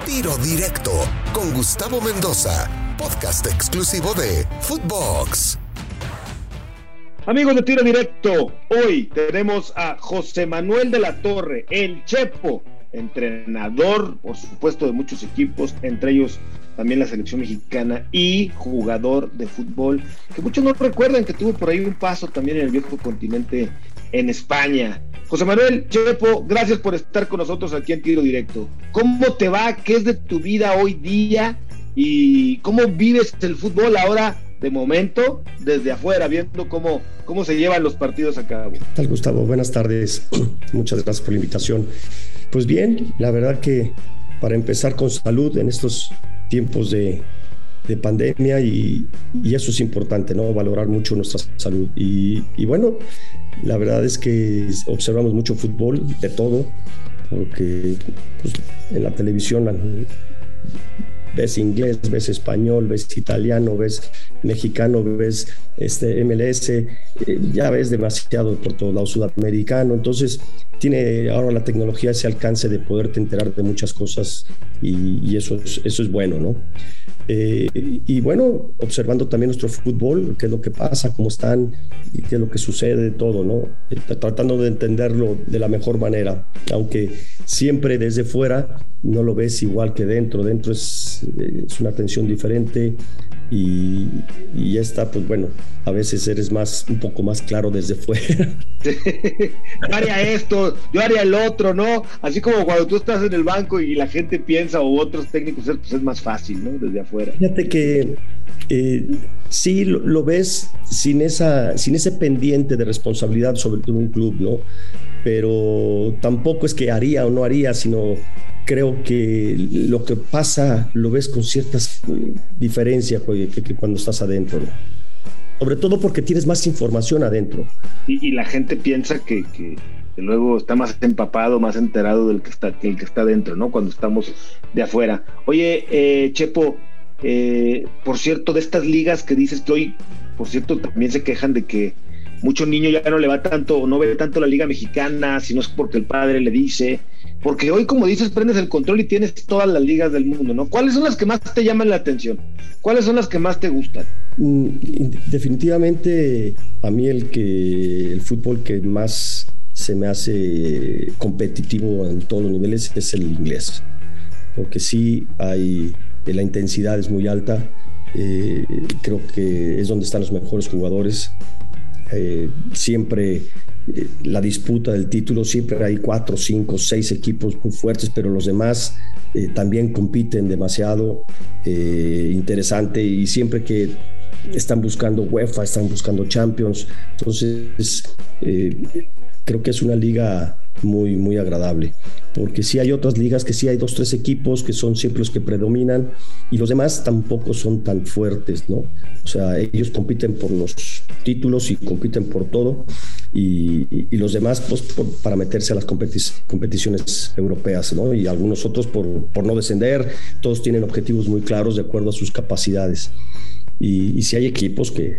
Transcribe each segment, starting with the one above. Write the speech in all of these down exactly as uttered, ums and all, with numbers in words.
Tiro Directo con Gustavo Mendoza, podcast exclusivo de Footbox. Amigos de Tiro Directo, hoy tenemos a José Manuel de la Torre, el Chepo, entrenador, por supuesto, de muchos equipos, entre ellos también la selección mexicana, y jugador de fútbol, que muchos no recuerdan que tuvo por ahí un paso también en el viejo continente, en España. José Manuel, Chepo, gracias por estar con nosotros aquí en Tiro Directo. ¿Cómo te va? ¿Qué es de tu vida hoy día? ¿Y cómo vives el fútbol ahora, de momento, desde afuera, viendo cómo, cómo se llevan los partidos a cabo? ¿Qué tal, Gustavo? Buenas tardes. Muchas gracias por la invitación. Pues bien, la verdad que para empezar con salud en estos tiempos de, de pandemia y, y eso es importante, ¿no? Valorar mucho nuestra salud. Y, y bueno, la verdad es que observamos mucho fútbol, de todo, porque pues, en la televisión ves inglés, ves español, ves italiano, ves mexicano, ves este M L S, eh, ya ves demasiado por todo lado, sudamericano. Entonces tiene ahora la tecnología ese alcance de poderte enterar de muchas cosas y, y eso, es, eso es bueno, ¿no? Eh, y bueno, observando también nuestro fútbol, qué es lo que pasa, cómo están, y qué es lo que sucede, todo, ¿no? Eh, tratando de entenderlo de la mejor manera, aunque siempre desde fuera no lo ves igual que dentro. Dentro es, es una tensión diferente y, y esta, pues bueno, a veces eres más, un poco más claro desde fuera. Yo haría esto, yo haría el otro, ¿no? Así como cuando tú estás en el banco y la gente piensa, o otros técnicos, pues es más fácil, ¿no? Desde afuera. Fíjate que eh, sí lo, lo ves sin, esa, sin ese pendiente de responsabilidad sobre todo un club, ¿no? Pero tampoco es que haría o no haría, sino creo que lo que pasa lo ves con ciertas diferencias que, que, que cuando estás adentro, ¿no? Sobre todo porque tienes más información adentro. Y, y la gente piensa que, que, que luego está más empapado, más enterado del que está, que el que está dentro, ¿no? Cuando estamos de afuera. Oye, eh, Chepo, eh, por cierto, de estas ligas que dices que hoy, por cierto, también se quejan de que mucho niño ya no le va tanto, o no ve tanto la liga mexicana, sino es porque el padre le dice. Porque hoy, como dices, prendes el control y tienes todas las ligas del mundo, ¿no? ¿Cuáles son las que más te llaman la atención? ¿Cuáles son las que más te gustan? Definitivamente a mí el que el fútbol que más se me hace competitivo en todos los niveles es el inglés, porque sí hay, la intensidad es muy alta, eh, creo que es donde están los mejores jugadores, eh, siempre eh, la disputa del título, siempre hay cuatro, cinco, seis equipos muy fuertes, pero los demás eh, también compiten demasiado, eh, interesante, y siempre que están buscando UEFA, están buscando Champions. Entonces eh, creo que es una liga muy, muy agradable, porque sí hay otras ligas que sí hay dos, tres equipos que son siempre los que predominan y los demás tampoco son tan fuertes, ¿no? O sea, ellos compiten por los títulos y compiten por todo y, y, y los demás pues por, para meterse a las competis, competiciones europeas, ¿no? Y algunos otros por, por no descender. Todos tienen objetivos muy claros de acuerdo a sus capacidades. Y, y sí hay equipos que,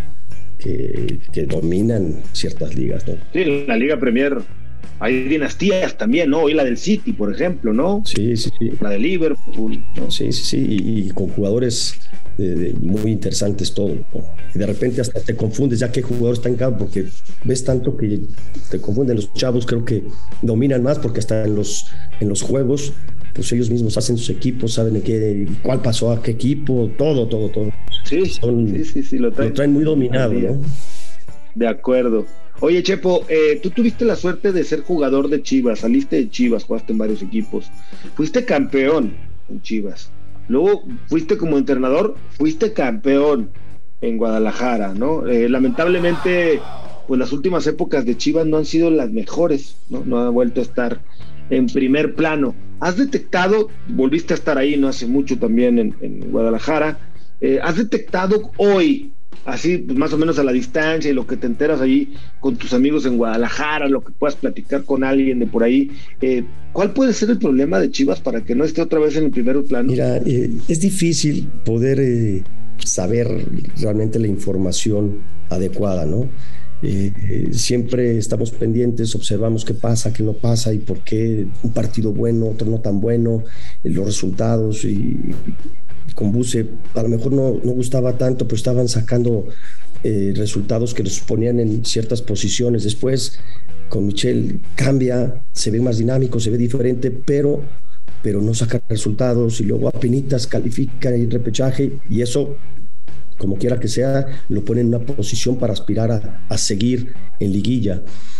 que, que dominan ciertas ligas, ¿no? Sí, la Liga Premier, hay dinastías también, ¿no? Hoy la del City, por ejemplo, ¿no? Sí, sí, sí. La de Liverpool, ¿no? Sí, sí, sí, y, y con jugadores de, de muy interesantes todo, ¿no? Y de repente hasta te confundes ya qué jugador está en campo, porque ves tanto que te confunden. Los chavos creo que dominan más porque hasta en los, en los juegos pues ellos mismos hacen sus equipos, saben qué, cuál pasó a qué equipo, todo, todo, todo. Sí, Son, sí, sí, sí, lo traen, lo traen muy dominado, ¿no? De acuerdo. Oye, Chepo, eh, tú tuviste la suerte de ser jugador de Chivas, saliste de Chivas, jugaste en varios equipos, fuiste campeón en Chivas, luego fuiste como entrenador, fuiste campeón en Guadalajara, ¿no? Eh, lamentablemente, pues las últimas épocas de Chivas no han sido las mejores, ¿no? No ha vuelto a estar en primer plano. ¿Has detectado, volviste a estar ahí no hace mucho también en, en Guadalajara, eh, has detectado hoy, así pues, más o menos a la distancia y lo que te enteras allí con tus amigos en Guadalajara, lo que puedas platicar con alguien de por ahí, eh, ¿cuál puede ser el problema de Chivas para que no esté otra vez en el primer plano? Mira, eh, es difícil poder eh, saber realmente la información adecuada, ¿no? Eh, siempre estamos pendientes, observamos qué pasa, qué no pasa y por qué un partido bueno, otro no tan bueno, eh, los resultados. Y, y con Buse a lo mejor no, no gustaba tanto, pero estaban sacando eh, resultados que los ponían en ciertas posiciones. Después con Michel cambia, se ve más dinámico, se ve diferente, pero, pero no saca resultados y luego apenitas califica el repechaje y eso, como quiera que sea, lo pone en una posición para aspirar a, a seguir en liguilla.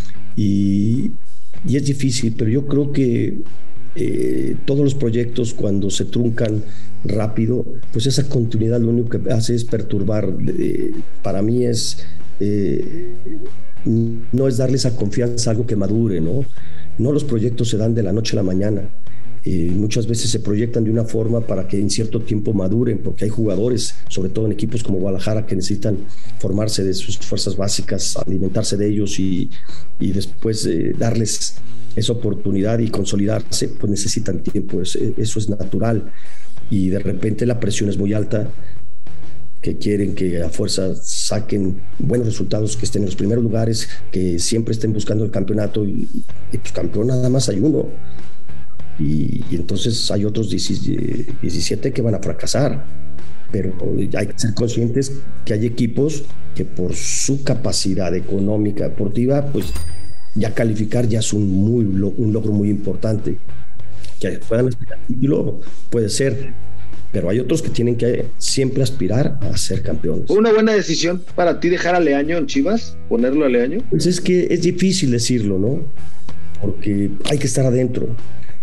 Y, y es difícil, pero yo creo que eh, todos los proyectos cuando se truncan rápido, pues esa continuidad lo único que hace es perturbar. Eh, para mí es... Eh, no es darle esa confianza a algo que madure, ¿no? No los proyectos se dan de la noche a la mañana. Eh, muchas veces se proyectan de una forma para que en cierto tiempo maduren, porque hay jugadores, sobre todo en equipos como Guadalajara, que necesitan formarse de sus fuerzas básicas, alimentarse de ellos y, y después eh, darles esa oportunidad y consolidarse, pues necesitan tiempo, es, eso es natural. Y de repente la presión es muy alta, que quieren que a fuerza saquen buenos resultados, que estén en los primeros lugares, que siempre estén buscando el campeonato y, y pues campeón nada más hay uno. Y, y entonces hay otros diecisiete que van a fracasar, pero hay que ser conscientes que hay equipos que por su capacidad económica deportiva, pues ya calificar ya es un, muy, un logro muy importante. Que puedan aspirar al título puede ser, pero hay otros que tienen que siempre aspirar a ser campeones. ¿Fue una buena decisión para ti dejar a Leaño en Chivas? ¿Ponerlo a Leaño? Pues es que es difícil decirlo, ¿no? Porque hay que estar adentro.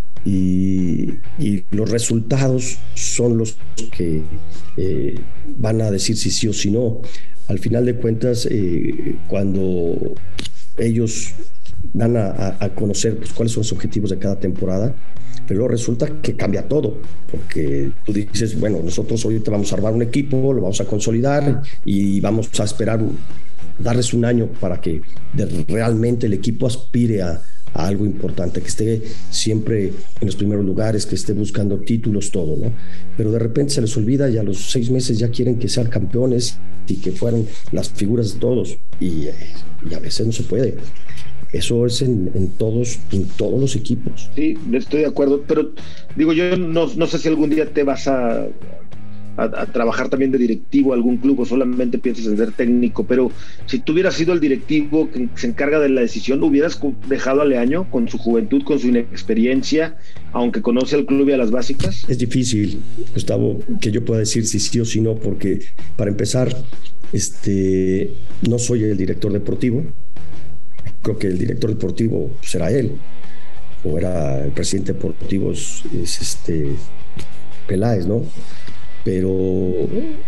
Y, y los resultados son los que eh, van a decir si sí o si no. Al final de cuentas, eh, cuando ellos dan a, a conocer pues, cuáles son los objetivos de cada temporada, pero resulta que cambia todo, porque tú dices, bueno, nosotros ahorita vamos a armar un equipo, lo vamos a consolidar y vamos a esperar, darles un año para que de, realmente el equipo aspire a a algo importante, que esté siempre en los primeros lugares, que esté buscando títulos, todo, ¿no? Pero de repente se les olvida y a los seis meses ya quieren que sean campeones y que fueran las figuras de todos y, y a veces no se puede. Eso es en, en todos en todos los equipos. Sí, estoy de acuerdo, pero digo, yo no, no sé si algún día te vas a A, a trabajar también de directivo a algún club o solamente piensas en ser técnico, pero si tú hubieras sido el directivo que se encarga de la decisión, ¿hubieras dejado a Leaño con su juventud, con su inexperiencia, aunque conoce al club y a las básicas? Es difícil, Gustavo, que yo pueda decir si sí o si no, porque para empezar, este, no soy el director deportivo. Creo que el director deportivo será él, o era el presidente deportivo, es, es este Peláez, ¿no? Pero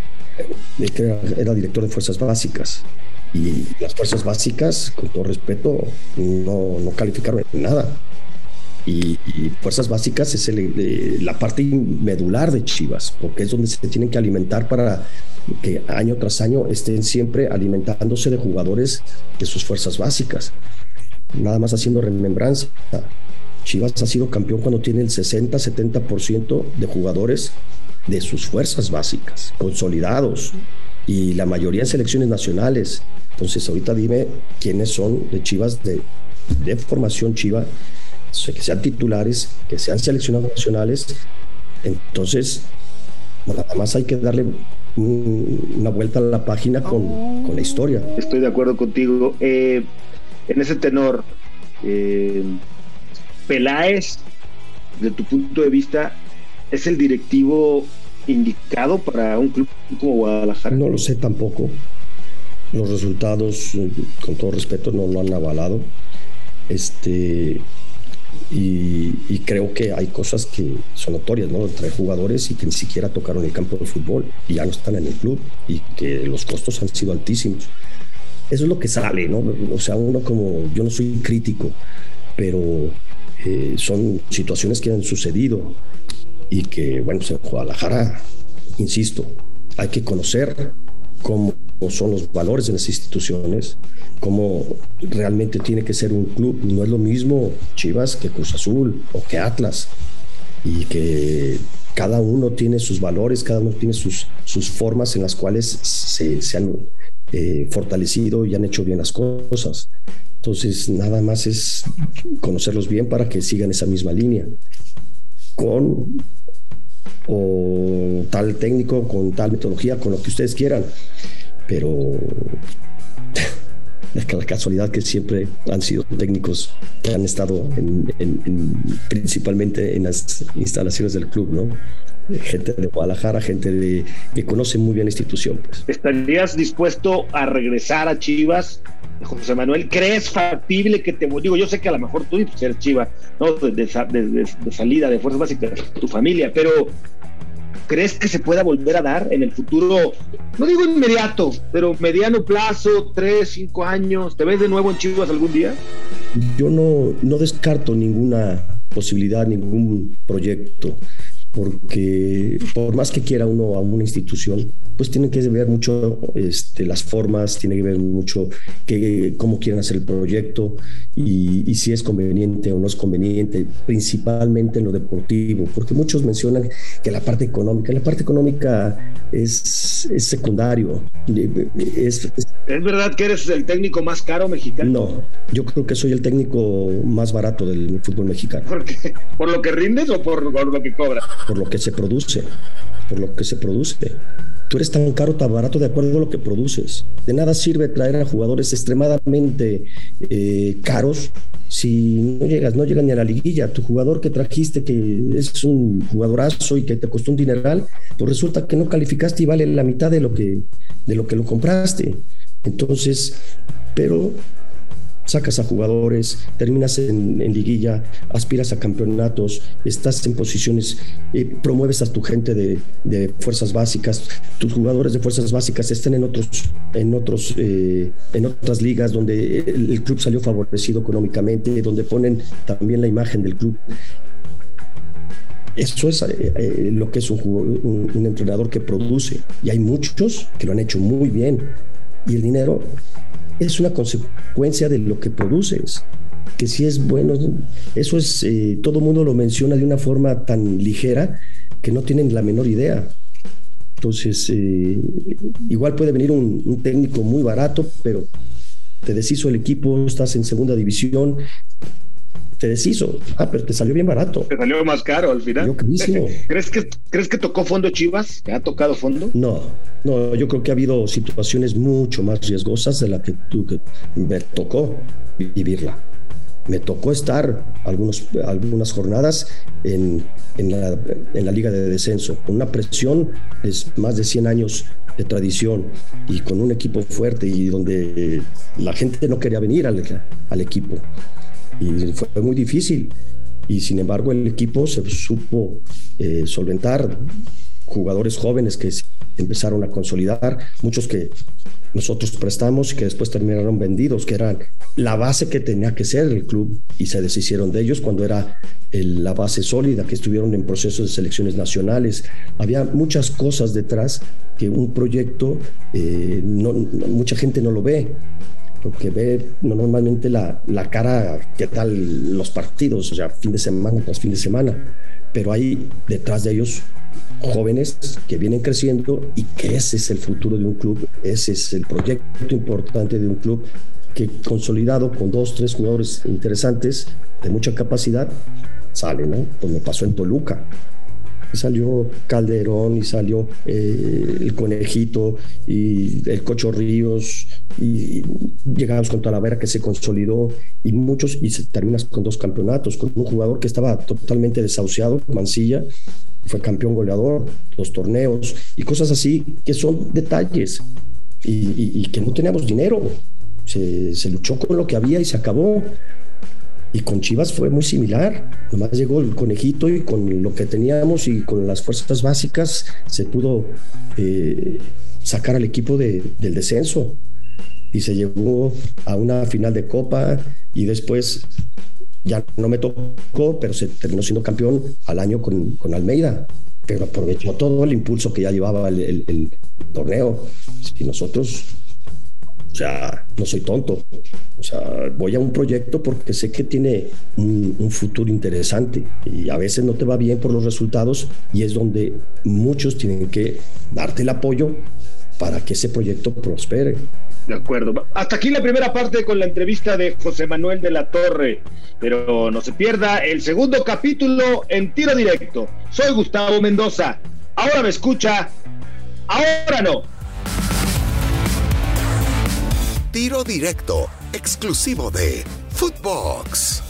era director de fuerzas básicas y las fuerzas básicas, con todo respeto, no, no calificaron en nada. Y, y fuerzas básicas es el, de, la parte medular de Chivas, porque es donde se tienen que alimentar para que año tras año estén siempre alimentándose de jugadores de sus fuerzas básicas. Nada más haciendo remembranza, Chivas ha sido campeón cuando tiene el sesenta setenta por ciento de jugadores de sus fuerzas básicas, consolidados, y la mayoría en selecciones nacionales. Entonces ahorita dime quiénes son de Chivas, de, de formación Chiva, que sean titulares, que sean seleccionados nacionales. Entonces nada más hay que darle un, una vuelta a la página con, con la historia. Estoy de acuerdo contigo. Eh, en ese tenor, eh, Peláez, de tu punto de vista, ¿es el directivo indicado para un club como Guadalajara? No lo sé tampoco. Los resultados, con todo respeto, no lo han avalado. Este, y, y creo que hay cosas que son notorias, ¿no? Trae jugadores y que ni siquiera tocaron el campo de fútbol y ya no están en el club y que los costos han sido altísimos. Eso es lo que sale, ¿no? O sea, uno como, yo no soy crítico, pero eh, son situaciones que han sucedido. Y que, bueno, pues en Guadalajara, insisto, hay que conocer cómo son los valores de las instituciones, cómo realmente tiene que ser un club. No es lo mismo Chivas que Cruz Azul o que Atlas, y que cada uno tiene sus valores, cada uno tiene sus, sus formas en las cuales se, se han eh, fortalecido y han hecho bien las cosas. Entonces, nada más es conocerlos bien para que sigan esa misma línea. Con o tal técnico, con tal metodología, con lo que ustedes quieran. Pero es que la casualidad que siempre han sido técnicos que han estado en, en, en, principalmente en las instalaciones del club, ¿no? Gente de Guadalajara, gente de, que conoce muy bien la institución. Pues. ¿Estarías dispuesto a regresar a Chivas, José Manuel? ¿Crees factible que te... Digo, yo sé que a lo mejor tú pues, eres Chiva, ¿no? De, de, de, de salida, de fuerzas básicas, tu familia, pero ¿crees que se pueda volver a dar en el futuro? No digo inmediato, pero mediano plazo, tres, cinco años. ¿Te ves de nuevo en Chivas algún día? Yo no, no descarto ninguna posibilidad, ningún proyecto, porque por más que quiera uno a una institución, pues tiene que ver mucho este, las formas, tiene que ver mucho que, cómo quieren hacer el proyecto y, y si es conveniente o no es conveniente, principalmente en lo deportivo, porque muchos mencionan que la parte económica, la parte económica es, es secundario. Es, es, ¿Es verdad que eres el técnico más caro mexicano? No, yo creo que soy el técnico más barato del fútbol mexicano. ¿Por qué? ¿Por lo que rindes o por, por lo que cobras? Por lo que se produce, por lo que se produce. Tú eres tan caro, tan barato de acuerdo a lo que produces. De nada sirve traer a jugadores extremadamente eh, caros si no llegas, no llegan ni a la liguilla. Tu jugador que trajiste, que es un jugadorazo y que te costó un dineral, pues resulta que no calificaste y vale la mitad de lo que, de lo que lo compraste. Entonces, pero sacas a jugadores, terminas en, en liguilla, aspiras a campeonatos, estás en posiciones, eh, promueves a tu gente de, de fuerzas básicas, tus jugadores de fuerzas básicas están en otros, en otros, eh, en otras ligas donde el, el club salió favorecido económicamente, donde ponen también la imagen del club. Eso es eh, eh, lo que es un, un, un entrenador que produce, y hay muchos que lo han hecho muy bien, y el dinero es una consecuencia de lo que produces, que si es bueno, eso es, eh, todo el mundo lo menciona de una forma tan ligera que no tienen la menor idea. Entonces, eh, igual puede venir un, un técnico muy barato, pero te deshizo el equipo, estás en segunda división, te deshizo, ah, pero te salió bien barato. Te salió más caro al final. Salió carísimo. ¿Crees que, ¿Crees que tocó fondo Chivas? ¿Que ha tocado fondo? No, no, yo creo que ha habido situaciones mucho más riesgosas de las que, tú, que me tocó vivirla. Me tocó estar algunos, algunas jornadas en, en, la, en la Liga de Descenso, con una presión de más de cien años de tradición y con un equipo fuerte y donde la gente no quería venir al, al equipo. Y fue muy difícil, y sin embargo el equipo se supo eh, solventar, jugadores jóvenes que se empezaron a consolidar, muchos que nosotros prestamos y que después terminaron vendidos, que eran la base que tenía que ser el club, y se deshicieron de ellos cuando era el, la base sólida, que estuvieron en procesos de selecciones nacionales. Había muchas cosas detrás que un proyecto eh, no, mucha gente no lo ve, porque ve normalmente la, la cara que tal los partidos, o sea, fin de semana tras fin de semana, pero hay detrás de ellos jóvenes que vienen creciendo y que ese es el futuro de un club, ese es el proyecto importante de un club que consolidado con dos, tres jugadores interesantes de mucha capacidad sale, ¿no? Pues me pasó en Toluca. Salió Calderón y salió eh, el Conejito y el Cocho Ríos y, y llegamos con Talavera que se consolidó y muchos, y se, terminas con dos campeonatos, con un jugador que estaba totalmente desahuciado, Mancilla, fue campeón goleador, dos torneos y cosas así que son detalles y, y, y que no teníamos dinero, se, se luchó con lo que había y se acabó. Y con Chivas fue muy similar, nomás llegó el Conejito y con lo que teníamos y con las fuerzas básicas se pudo eh, sacar al equipo de, del descenso y se llegó a una final de Copa y después ya no me tocó, pero se terminó siendo campeón al año con, con Almeida, pero aprovechó todo el impulso que ya llevaba el, el, el torneo. Y nosotros... O sea, no soy tonto. O sea, voy a un proyecto porque sé que tiene un, un futuro interesante y a veces no te va bien por los resultados y es donde muchos tienen que darte el apoyo para que ese proyecto prospere. De acuerdo. Hasta aquí la primera parte con la entrevista de José Manuel de la Torre, pero no se pierda el segundo capítulo en Tiro Directo. Soy Gustavo Mendoza. Ahora me escucha, ahora no. Tiro Directo, exclusivo de Footbox.